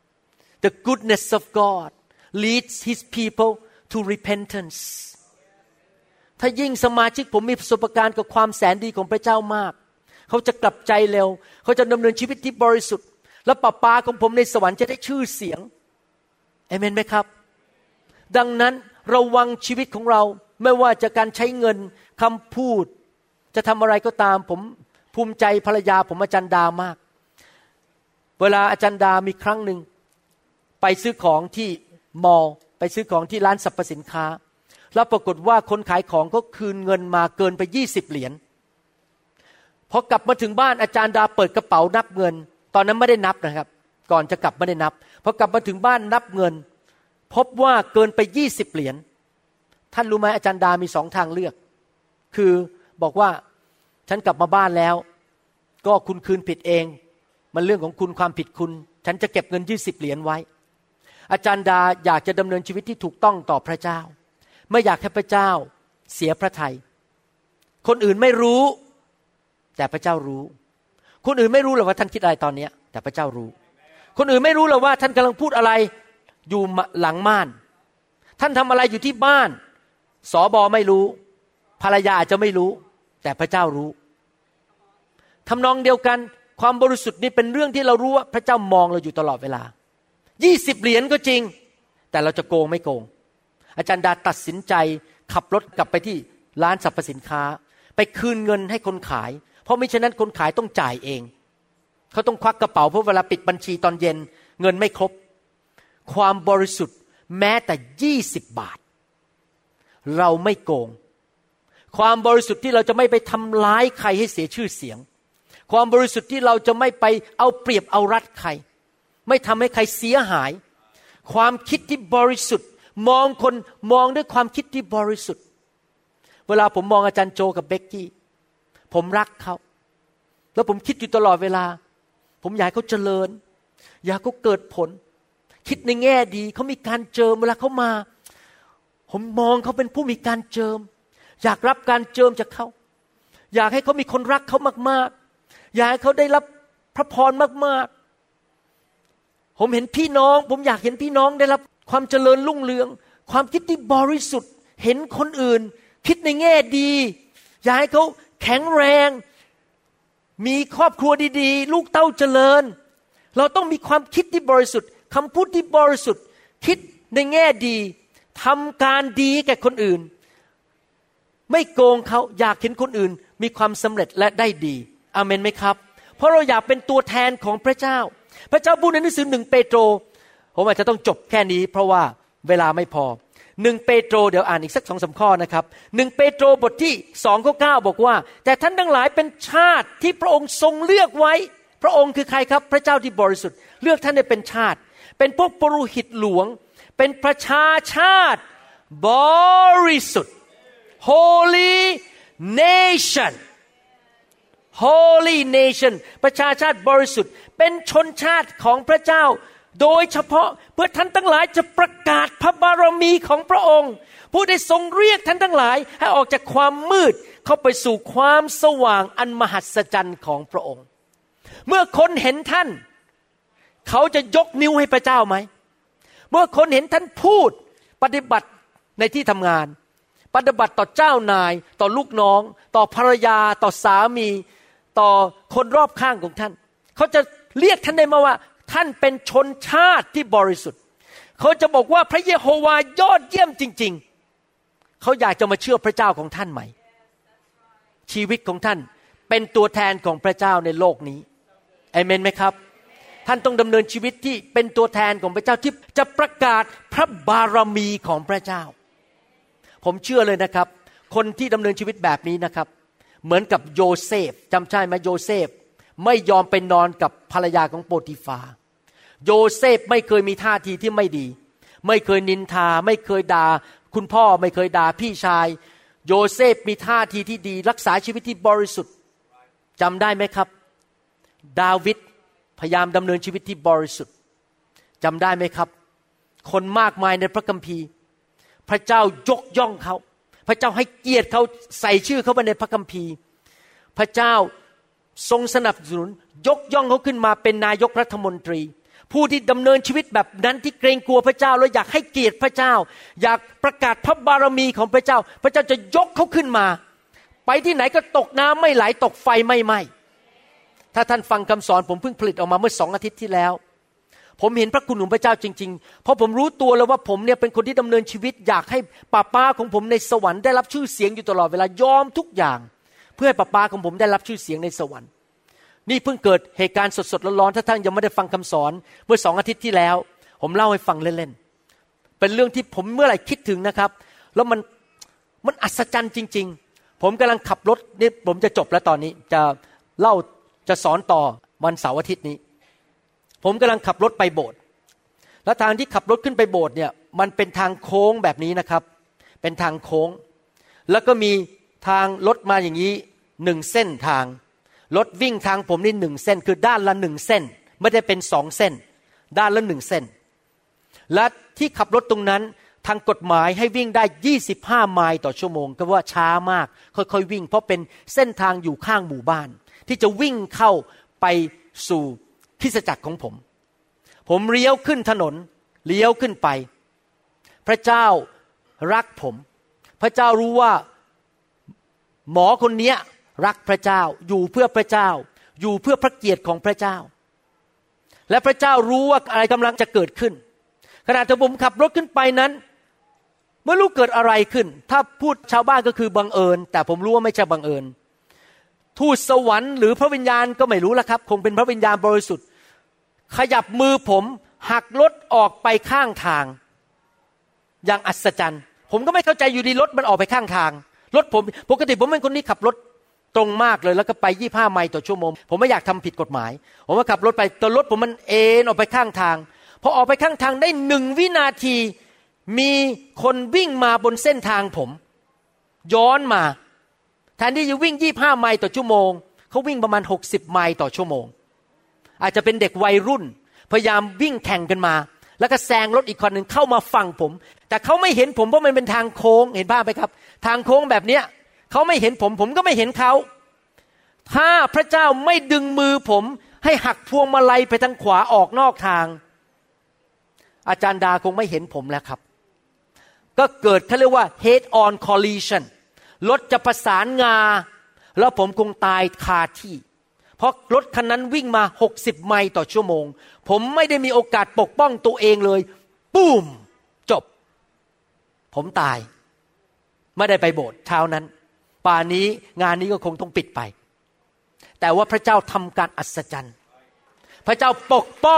The goodness of God leads His people to repentance ถ้ายิ่งสมาชิกผมมีประสบการณ์กับความแสนดีของพระเจ้ามากเขาจะกลับใจเร็วเขาจะดำเนินชีวิตที่บริสุทธิ์และป้าป้าของผมในสวรรค์จะได้ชื่อเสียงเอเมนไหมครับดังนั้นระวังชีวิตของเราไม่ว่าจะการใช้เงินคำพูดจะทำอะไรก็ตามผมภูมิใจภรรยาผมอาจารย์ดามากเวลาอาจารย์ดามีครั้งหนึ่งไปซื้อของที่มอลล์ไปซื้อของที่ร้านสรรพสินค้าแล้วปรากฏว่าคนขายของก็คืนเงินมาเกินไปยี่สิบเหรียญพอกลับมาถึงบ้านอาจารย์ดาเปิดกระเป๋านับเงินตอนนั้นไม่ได้นับนะครับก่อนจะกลับไม่ได้นับพอกลับมาถึงบ้านนับเงินพบว่าเกินไปยี่สิบเหรียญท่านรู้ไหมอาจารย์ดามีสองทางเลือกคือบอกว่าฉันกลับมาบ้านแล้วก็คุณคืนผิดเองมันเรื่องของคุณความผิดคุณฉันจะเก็บเงินยี่สิบเหรียญไว้อาจารย์ดาอยากจะดำเนินชีวิตที่ถูกต้องต่อพระเจ้าไม่อยากให้พระเจ้าเสียพระทัยคนอื่นไม่รู้แต่พระเจ้ารู้คนอื่นไม่รู้หรอกว่าท่านคิดอะไรตอนนี้แต่พระเจ้ารู้คนอื่นไม่รู้หรอกว่าท่านกำลังพูดอะไรอยู่หลังม่านท่านทำอะไรอยู่ที่บ้านสบไม่รู้ภรรยาอาจจะไม่รู้แต่พระเจ้ารู้ทำนองเดียวกันความบริสุทธิ์นี่เป็นเรื่องที่เรารู้ว่าพระเจ้ามองเราอยู่ตลอดเวลายี่สิบเหรียญก็จริงแต่เราจะโกงไม่โกงอาจารย์ดาตัดสินใจขับรถกลับไปที่ร้านสรรพสินค้าไปคืนเงินให้คนขายเพราะมิฉะนั้นคนขายต้องจ่ายเองเขาต้องควักกระเป๋าเพราะเวลาปิดบัญชีตอนเย็นเงินไม่ครบความบริสุทธิ์แม้แต่ยี่สิบบาทเราไม่โกงความบริสุทธิ์ที่เราจะไม่ไปทำร้ายใครให้เสียชื่อเสียงความบริสุทธิ์ที่เราจะไม่ไปเอาเปรียบเอารัดใครไม่ทำให้ใครเสียหายความคิดที่บริสุทธิ์มองคนมองด้วยความคิดที่บริสุทธิ์เวลาผมมองอาจารย์โจกับเบกกี้ผมรักเขาแล้วผมคิดอยู่ตลอดเวลาผมอยากให้เขาเจริญอยากให้เขาเกิดผลคิดในแง่ดีเขามีการเจิมเวลาเขามาผมมองเขาเป็นผู้มีการเจิมอยากรับการเจิมจากเขาอยากให้เขามีคนรักเขามากๆอยากให้เขาได้รับพระพรมากๆผมเห็นพี่น้องผมอยากเห็นพี่น้องได้รับความเจริญรุ่งเรืองความคิดที่บริสุทธิ์เห็นคนอื่นคิดในแง่ดีอยากให้เขาแข็งแรงมีครอบครัวดีๆลูกเต้าเจริญเราต้องมีความคิดที่บริสุทธิ์คำพูดที่บริสุทธิ์คิดในแง่ดีทำการดีแก่คนอื่นไม่โกงเขาอยากเห็นคนอื่นมีความสำเร็จและได้ดีอาเมนไหมครับเพราะเราอยากเป็นตัวแทนของพระเจ้าพระเจ้าพูดในหนังสือหนึ่งเปโตรผมอาจจะต้องจบแค่นี้เพราะว่าเวลาไม่พอหนึ่งเปโตรเดี๋ยวอ่านอีกสัก สองสาม ข้อนะครับหนึ่งเปโตรบทที่สองข้อเก้าบอกว่าแต่ท่านทั้งหลายเป็นชาติที่พระองค์ทรงเลือกไว้พระองค์คือใครครับพระเจ้าที่บริสุทธิ์เลือกท่านให้เป็นชาติเป็นพวกปุโรหิตหลวงเป็นประชาชาติบริสุทธิ์ Holy Nation Holy Nation ประชาชาติบริสุทธิ์เป็นชนชาติของพระเจ้าโดยเฉพาะเพื่อท่านทั้งหลายจะประกาศพระบารมีของพระองค์ผู้ได้ทรงเรียกท่านทั้งหลายให้ออกจากความมืดเข้าไปสู่ความสว่างอันมหัศจรรย์ของพระองค์เมื่อคนเห็นท่านเขาจะยกนิ้วให้พระเจ้าไหมเมื่อคนเห็นท่านพูดปฏิบัติในที่ทำงานปฏิบัติต่อเจ้านายต่อลูกน้องต่อภรรยาต่อสามีต่อคนรอบข้างของท่านเขาจะเรียกท่านได้มาว่าท่านเป็นชนชาติที่บริสุทธิ์เขาจะบอกว่าพระเยโฮวาห์ยอดเยี่ยมจริงๆเขาอยากจะมาเชื่อพระเจ้าของท่านไหมชีวิตของท่านเป็นตัวแทนของพระเจ้าในโลกนี้อาเมนไหมครับท่านต้องดำเนินชีวิตที่เป็นตัวแทนของพระเจ้าที่จะประกาศพระบารมีของพระเจ้าผมเชื่อเลยนะครับคนที่ดำเนินชีวิตแบบนี้นะครับเหมือนกับโยเซฟจำใช่ไหมโยเซฟไม่ยอมไปนอนกับภรรยาของโปติฟาโยเซฟไม่เคยมีท่าทีที่ไม่ดีไม่เคยนินทาไม่เคยด่าคุณพ่อไม่เคยด่าพี่ชายโยเซฟมีท่าทีที่ดีรักษาชีวิตที่บริสุทธิ์จำได้ไหมครับดาวิดพยายามดำเนินชีวิตที่บริสุทธิ์จำได้ไหมครับคนมากมายในพระคัมภีร์พระเจ้ายกย่องเขาพระเจ้าให้เกียรติเขาใส่ชื่อเขาไปในพระคัมภีร์พระเจ้าทรงสนับสนุนยกย่องเขาขึ้นมาเป็นนายกรัฐมนตรีผู้ที่ดำเนินชีวิตแบบนั้นที่เกรงกลัวพระเจ้าและอยากให้เกียรติพระเจ้าอยากประกาศพระบารมีของพระเจ้าพระเจ้าจะยกเขาขึ้นมาไปที่ไหนก็ตกน้ำไม่ไหลตกไฟไม่ไหม้ถ้าท่านฟังคำสอนผมเพิ่งผลิตออกมาเมื่อสองอาทิตย์ที่แล้วผมเห็นพระคุณของพระเจ้าจริงๆเพราะผมรู้ตัวแล้วว่าผมเนี่ยเป็นคนที่ดำเนินชีวิตอยากให้ป้าป้าของผมในสวรรค์ได้รับชื่อเสียงอยู่ตลอดเวลายอมทุกอย่างเพื่อให้ป้าป้าของผมได้รับชื่อเสียงในสวรรค์นี่เพิ่งเกิดเหตุการณ์สดๆร้อนๆถ้าท่านยังไม่ได้ฟังคำสอนเมื่อสองอาทิตย์ที่แล้วผมเล่าให้ฟังเล่นๆเป็นเรื่องที่ผมเมื่อไหร่คิดถึงนะครับแล้วมันมันอัศจรรย์จริงๆผมกำลังขับรถนี่ผมจะจบแล้วตอนนี้จะเล่าจะสอนต่อวันเสาร์อาทิตย์นี้ผมกำลังขับรถไปโบสถ์แล้วทางที่ขับรถขึ้นไปโบสถ์เนี่ยมันเป็นทางโค้งแบบนี้นะครับเป็นทางโค้งแล้วก็มีทางรถมาอย่างนี้หนึ่งเส้นทางรถวิ่งทางผมนี่หนึ่งเส้นคือด้านละหนึ่งเส้นไม่ได้เป็นสองเส้นด้านละหนึ่งเส้นและที่ขับรถตรงนั้นทางกฎหมายให้วิ่งได้ยี่สิบห้าไมล์ต่อชั่วโมงก็ว่าช้ามากค่อยๆวิ่งเพราะเป็นเส้นทางอยู่ข้างหมู่บ้านที่จะวิ่งเข้าไปสู่คริสตจักรของผมผมเลี้ยวขึ้นถนนเลี้ยวขึ้นไปพระเจ้ารักผมพระเจ้ารู้ว่าหมอคนนี้รักพระเจ้าอยู่เพื่อพระเจ้าอยู่เพื่อพระเกียรติของพระเจ้าและพระเจ้ารู้ว่าอะไรกำลังจะเกิดขึ้นขณะที่ผมขับรถขึ้นไปนั้นไม่รู้เกิดอะไรขึ้นถ้าพูดชาวบ้านก็คือบังเอิญแต่ผมรู้ว่าไม่ใช่บังเอิญทูตสวรรค์หรือพระวิญญาณก็ไม่รู้ละครับคงเป็นพระวิญญาณบริสุทธิ์ขยับมือผมหักรถออกไปข้างทางอย่างอัศจรรย์ผผมก็ไม่เข้าใจอยู่ดีรถมันออกไปข้างทางรถผมปกติผมเป็นคนที่ขับรถตรงมากเลยแล้วก็ไปยี่สิบห้าไมล์ต่อชั่วโมงผมไม่อยากทำผิดกฎหมายผมก็ขับรถไปแต่รถผมมันเอ็นออกไปข้างทางพอออกไปข้างทางได้หนึ่งวินาทีมีคนวิ่งมาบนเส้นทางผมย้อนมาแทนที่จะวิ่งยี่สิบห้าไมล์ต่อชั่วโมงเขาวิ่งประมาณหกสิบไมล์ต่อชั่วโมงอาจจะเป็นเด็กวัยรุ่นพยายามวิ่งแข่งกันมาแล้วก็แซงรถอีกคนหนึ่งเข้ามาฝั่งผมแต่เขาไม่เห็นผมเพราะมันเป็นทางโค้งเห็นภาพไหมครับทางโค้งแบบเนี้ยเขาไม่เห็นผมผมก็ไม่เห็นเขาถ้าพระเจ้าไม่ดึงมือผมให้หักพวงมาลัยไปทางขวาออกนอกทางอาจารย์ดาคงไม่เห็นผมแล้วครับก็เกิดเขาเรียกว่า head on collision รถจะประสานงาแล้วผมคงตายคาที่เพราะรถคันนั้นวิ่งมาหกสิบไมล์ต่อชั่วโมงผมไม่ได้มีโอกาสปกป้องตัวเองเลยปุ้มจบผมตายไม่ได้ไปโบสถ์เช้านั้นป่านนี้งานนี้ก็คงต้องปิดไปแต่ว่าพระเจ้าทำการอัศจรรย์พระเจ้าปกป้อง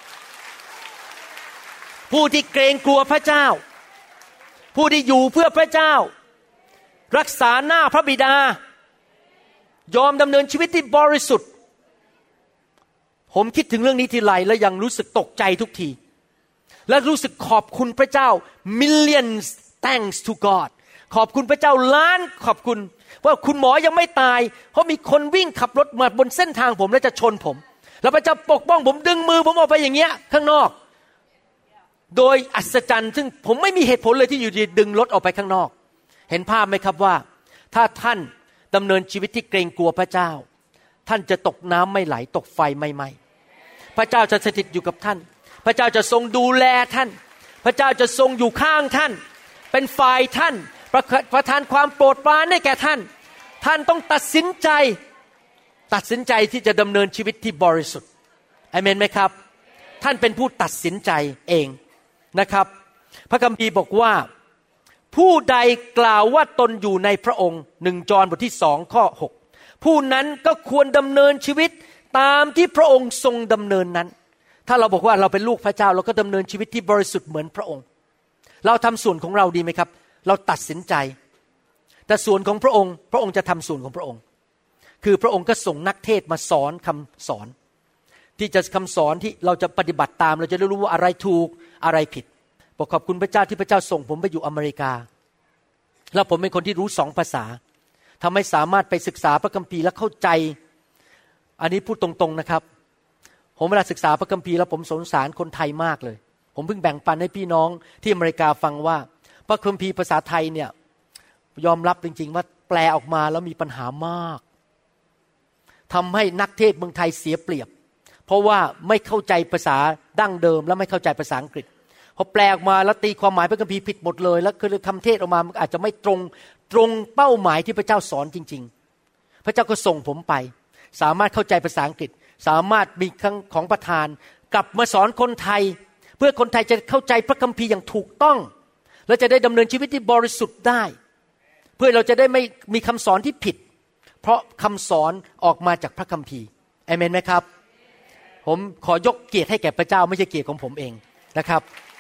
ผู้ที่เกรงกลัวพระเจ้าผู้ที่อยู่เพื่อพระเจ้ารักษาหน้าพระบิดายอมดำเนินชีวิตที่บริสุทธิ์ผมคิดถึงเรื่องนี้ทีไรแล้วยังรู้สึกตกใจทุกทีและรู้สึกขอบคุณพระเจ้า millions thanks to God ขอบคุณพระเจ้าล้านขอบคุณว่าคุณหมอยังไม่ตายเพราะมีคนวิ่งขับรถมาบนเส้นทางผมแล้วจะชนผมแล้วพระเจ้าปกป้องผมดึงมือผมออกไปอย่างเงี้ยข้างนอกโดยอัศจรรย์ซึ่งผมไม่มีเหตุผลเลยที่อยู่ดีดึงรถออกไปข้างนอกเห็นภาพไหมครับว่าถ้าท่านดำเนินชีวิตที่เกรงกลัวพระเจ้าท่านจะตกน้ำไม่ไหลตกไฟไม่ไหม้พระเจ้าจะสถิตอยู่กับท่านพระเจ้าจะทรงดูแลท่านพระเจ้าจะทรงอยู่ข้างท่านเป็นฝ่ายท่านประ, ประทานความโปรดปรานให้แก่ท่านท่านต้องตัดสินใจตัดสินใจที่จะดำเนินชีวิตที่บริสุทธิ์อาเมนไหมครับท่านเป็นผู้ตัดสินใจเองนะครับพระคัมภีร์บอกว่าผู้ใดกล่าวว่าตนอยู่ในพระองค์หนึ่งจอห์นบทที่สองข้อหกผู้นั้นก็ควรดำเนินชีวิตตามที่พระองค์ทรงดำเนินนั้นถ้าเราบอกว่าเราเป็นลูกพระเจ้าเราก็ดำเนินชีวิตที่บริสุทธิ์เหมือนพระองค์เราทำส่วนของเราดีไหมครับเราตัดสินใจแต่ส่วนของพระองค์พระองค์จะทำส่วนของพระองค์คือพระองค์ก็ส่งนักเทศมาสอนคำสอนที่จะคำสอนที่เราจะปฏิบัติตามเราจะได้รู้ว่าอะไรถูกอะไรผิดบอกขอบคุณพระเจ้าที่พระเจ้าส่งผมไปอยู่อเมริกาแล้วผมเป็นคนที่รู้สองภาษาทำให้สามารถไปศึกษาพระคัมภีร์และเข้าใจอันนี้พูดตรงๆนะครับผมเวลาศึกษาพระคัมภีร์แล้วผมสงสารคนไทยมากเลยผมเพิ่งแบ่งปันให้พี่น้องที่อเมริกาฟังว่าพระคัมภีร์ภาษาไทยเนี่ยยอมรับจริงๆว่าแปลออกมาแล้วมีปัญหามากทำให้นักเทศเมืองไทยเสียเปรียบเพราะว่าไม่เข้าใจภาษาดั้งเดิมและไม่เข้าใจภาษาอังกฤษพอแปลออกมาแล้วตีความหมายพระคัมภีร์ผิดหมดเลยแล้วคือทำเทศออกมามันอาจจะไม่ตรงตรงเป้าหมายที่พระเจ้าสอนจริงๆพระเจ้าก็ส่งผมไปสามารถเข้าใจภาษาอังกฤษสามารถมีของประทานกลับมาสอนคนไทยเพื่อคนไทยจะเข้าใจพระคัมภีร์อย่างถูกต้องและจะได้ดำเนินชีวิตที่บริสุทธิ์ได้เพื่อเราจะได้ไม่มีคำสอนที่ผิดเพราะคำสอนออกมาจากพระคัมภีร์อาเมนไหมครับผมขอยกเกียรติให้แก่พระเจ้าไม่ใช่เกียรติของผมเองนะครับ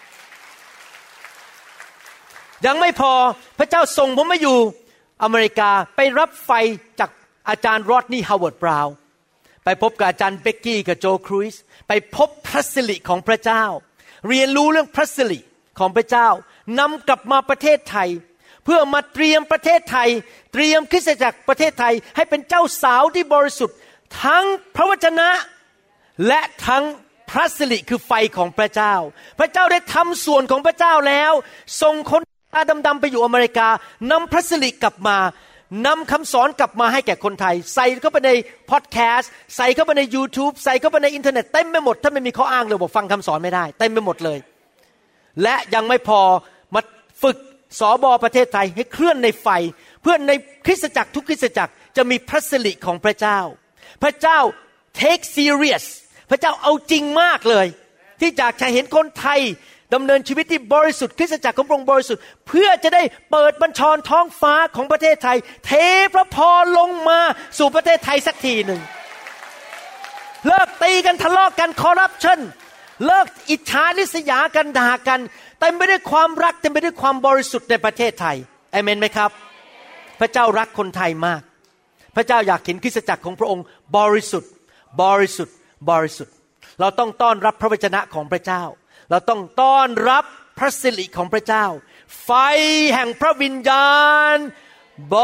ยังไม่พอพระเจ้าส่งผมมาอยู่อเมริกาไปรับไฟจากอาจารย์รอดนี่ฮาวเวิร์ดบราวน์ไปพบกับอาจารย์เบกกี้กับโจครูซไปพบพระสิริของพระเจ้าเรียนรู้เรื่องพระสิริของพระเจ้านำกลับมาประเทศไทยเพื่อมาเตรียมประเทศไทยเตรียมคริสตจักรประเทศไทยให้เป็นเจ้าสาวที่บริสุทธิ์ทั้งพระวจนะและทั้งพระสิริคือไฟของพระเจ้าพระเจ้าได้ทำส่วนของพระเจ้าแล้วส่งคนตาดำๆไปอยู่อเมริกานำพระสิริกลับมานำคำสอนกลับมาให้แก่คนไทยใส่เข้าไปในพอดแคสต์ใส่เข้าไปใน YouTube ใส่เข้าไปในอินเทอร์เน็ตเต็มไปหมดถ้าไม่มีข้ออ้างเลยบอกฟังคำสอนไม่ได้เต็มไปหมดเลยและยังไม่พอมาฝึกสบประเทศไทยให้เคลื่อนในไฟเพื่อในคริสตจักรทุกคริสตจักรจะมีพระสิริของพระเจ้าพระเจ้า take serious พระเจ้าเอาจริงมากเลยที่อยากจะเห็นคนไทยดำเนินชีวิตที่บริสุทธิ์คริสตจักรของพระองค์บริสุทธิ์เพื่อจะได้เปิดบัญชรท้องฟ้าของประเทศไทยเทพระพรลงมาสู่ประเทศไทยสักทีหนึ่งเลิกตีกันทะเลาะกันคอร์รัปชันเลิกอิจฉาริษยากันด่ากันเต็มไปด้วยความรักเต็มไปด้วยความบริสุทธิ์ในประเทศไทยอาเมนไหมครับพระเจ้ารักคนไทยมากพระเจ้าอยากเห็นคริสตจักรของพระองค์บริสุทธิ์บริสุทธิ์บริสุทธิ์เราต้องต้อนรับพระวจนะของพระเจ้าเราต้องต้อนรับพระสิริของพระเจ้าไฟแห่งพระวิญญาณบ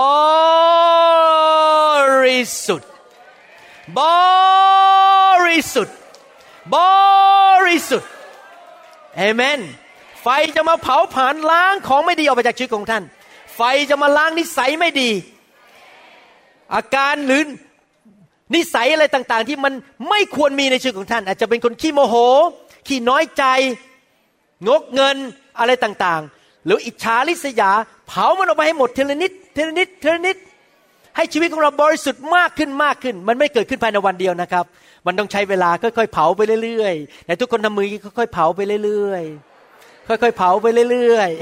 ริสุทธิ์บริสุทธิ์บริสุทธิ์เอเมนไฟจะมาเผาผลาญล้างของไม่ดีออกไปจากชีวิตของท่านไฟจะมาล้างนิสัยไม่ดีอาการหรือนิสัยอะไรต่างๆที่มันไม่ควรมีในชีวิตของท่านอาจจะเป็นคนขี้โมโหขี้น้อยใจงกเงินอะไรต่างๆหรืออิจฉาริษยาเผามันออกไปให้หมดทีละนิดทีละนิดทีละนิดให้ชีวิตของเราบริสุทธิ์มากขึ้นมากขึ้นมันไม่เกิดขึ้นภายในวันเดียวนะครับมันต้องใช้เวลาค่อยๆเผาไปเรื่อยๆแต่ทุกคนทำมือค่อยๆเผาไปเรื่อยๆค่อยๆเผาไปเรื่อย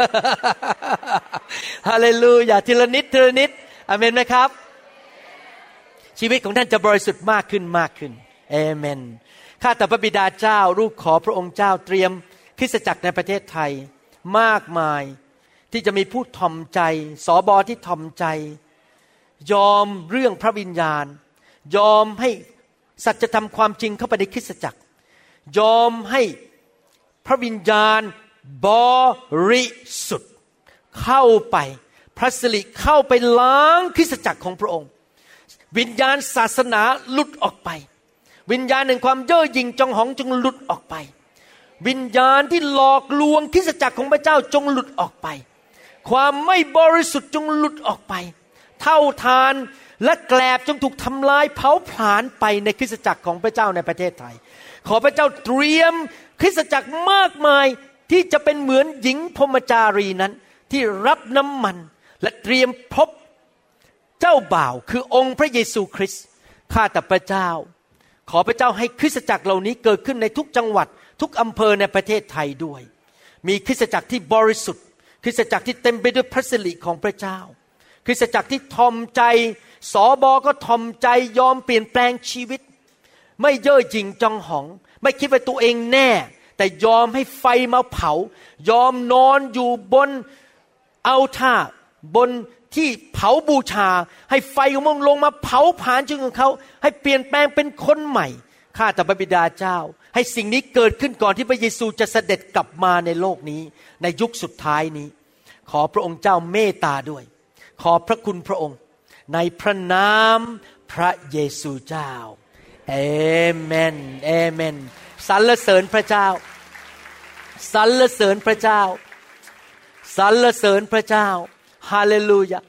ๆฮาเลลูยาทีละนิดทีละนิดอาเมนไหมครับชีวิตของท่านจะบริสุทธิ์มากขึ้นมากขึ้นเอเมนข้าแต่พระบิดาเจ้าลูกขอพระองค์เจ้าเตรียมคริสตจักรในประเทศไทยมากมายที่จะมีผู้ถ่อมใจสบที่ถ่อมใจยอมเรื่องพระวิญญาณยอมให้สัจธรรมความจริงเข้าไปในคริสตจักรยอมให้พระวิญญาณบริสุทธิ์เข้าไปพระสิริเข้าไปล้างคริสตจักรของพระองค์วิญญาณศาสนาหลุดออกไปวิญญาณแห่งความเย่อหยิ่งจองหองจงหลุดออกไปวิญญาณที่หลอกลวงคริสตจักรของพระเจ้าจงหลุดออกไปความไม่บริสุทธิ์จงหลุดออกไปเท่าทานและแกลบจงถูกทำลายเผาผลาญไปในคริสตจักรของพระเจ้าในประเทศไทยขอพระเจ้าเตรียมคริสตจักรมากมายที่จะเป็นเหมือนหญิงพรหมจารีนั้นที่รับน้ำมันและเตรียมพบเจ้าบ่าวคือองค์พระเยซูคริสต์ข้าแต่พระเจ้าขอพระเจ้าให้คริสตจักรเหล่านี้เกิดขึ้นในทุกจังหวัดทุกอำเภอในประเทศไทยด้วยมีคริสตจักรที่บริสุทธิ์คริสตจักรที่เต็มไปด้วยพระสิริของพระเจ้าคริสตจักรที่ทอมใจสบก็ทอมใจยอมเปลี่ยนแปลงชีวิตไม่เย่อหยิ่งจองหองไม่คิดว่าตัวเองแน่แต่ยอมให้ไฟมาเผายอมนอนอยู่บนเอาท่าบนที่เผาบูชาให้ไฟของมันลงมาเผาผลาญชีวิตของเขาให้เปลี่ยนแปลงเป็นคนใหม่ข้าแต่พระบิดาเจ้าให้สิ่งนี้เกิดขึ้นก่อนที่พระเยซูจะเสด็จกลับมาในโลกนี้ในยุคสุดท้ายนี้ขอพระองค์เจ้าเมตตาด้วยขอพระคุณพระองค์ในพระนามพระเยซูเจ้าเอเมนเอเมนสรรเสริญพระเจ้าสรรเสริญพระเจ้าสรรเสริญพระเจ้าฮาเลลูยา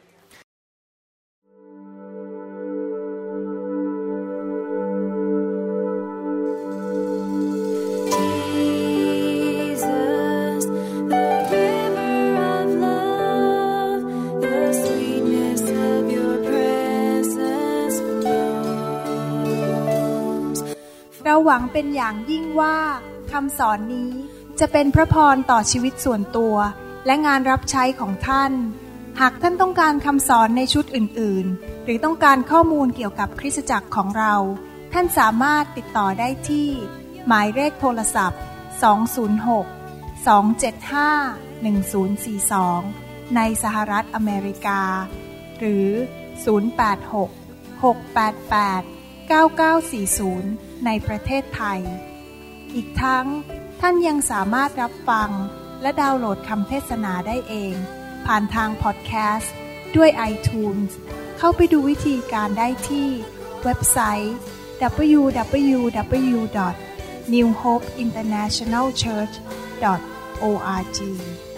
เราหวังเป็นอย่างยิ่งว่าคำสอนนี้จะเป็นพระพรต่อชีวิตส่วนตัวและงานรับใช้ของท่านหากท่านต้องการคำสอนในชุดอื่นๆหรือต้องการข้อมูลเกี่ยวกับคริสตจักรของเราท่านสามารถติดต่อได้ที่หมายเลขโทรศัพท์สอง ศูนย์ หก สอง เจ็ด ห้า หนึ่ง ศูนย์ สี่ สองในสหรัฐอเมริกาหรือศูนย์ แปด หก หก แปด แปด เก้า เก้า สี่ ศูนย์ในประเทศไทยอีกทั้งท่านยังสามารถรับฟังและดาวน์โหลดคำเทศนาได้เองผ่านทางพอดแคสต์ด้วย iTunes เข้าไปดูวิธีการได้ที่เว็บไซต์ ดับเบิลยู ดับเบิลยู ดับเบิลยู ดอท นิว โฮป อินเตอร์เนชั่นแนล เชิร์ช ดอท โอ อาร์ จี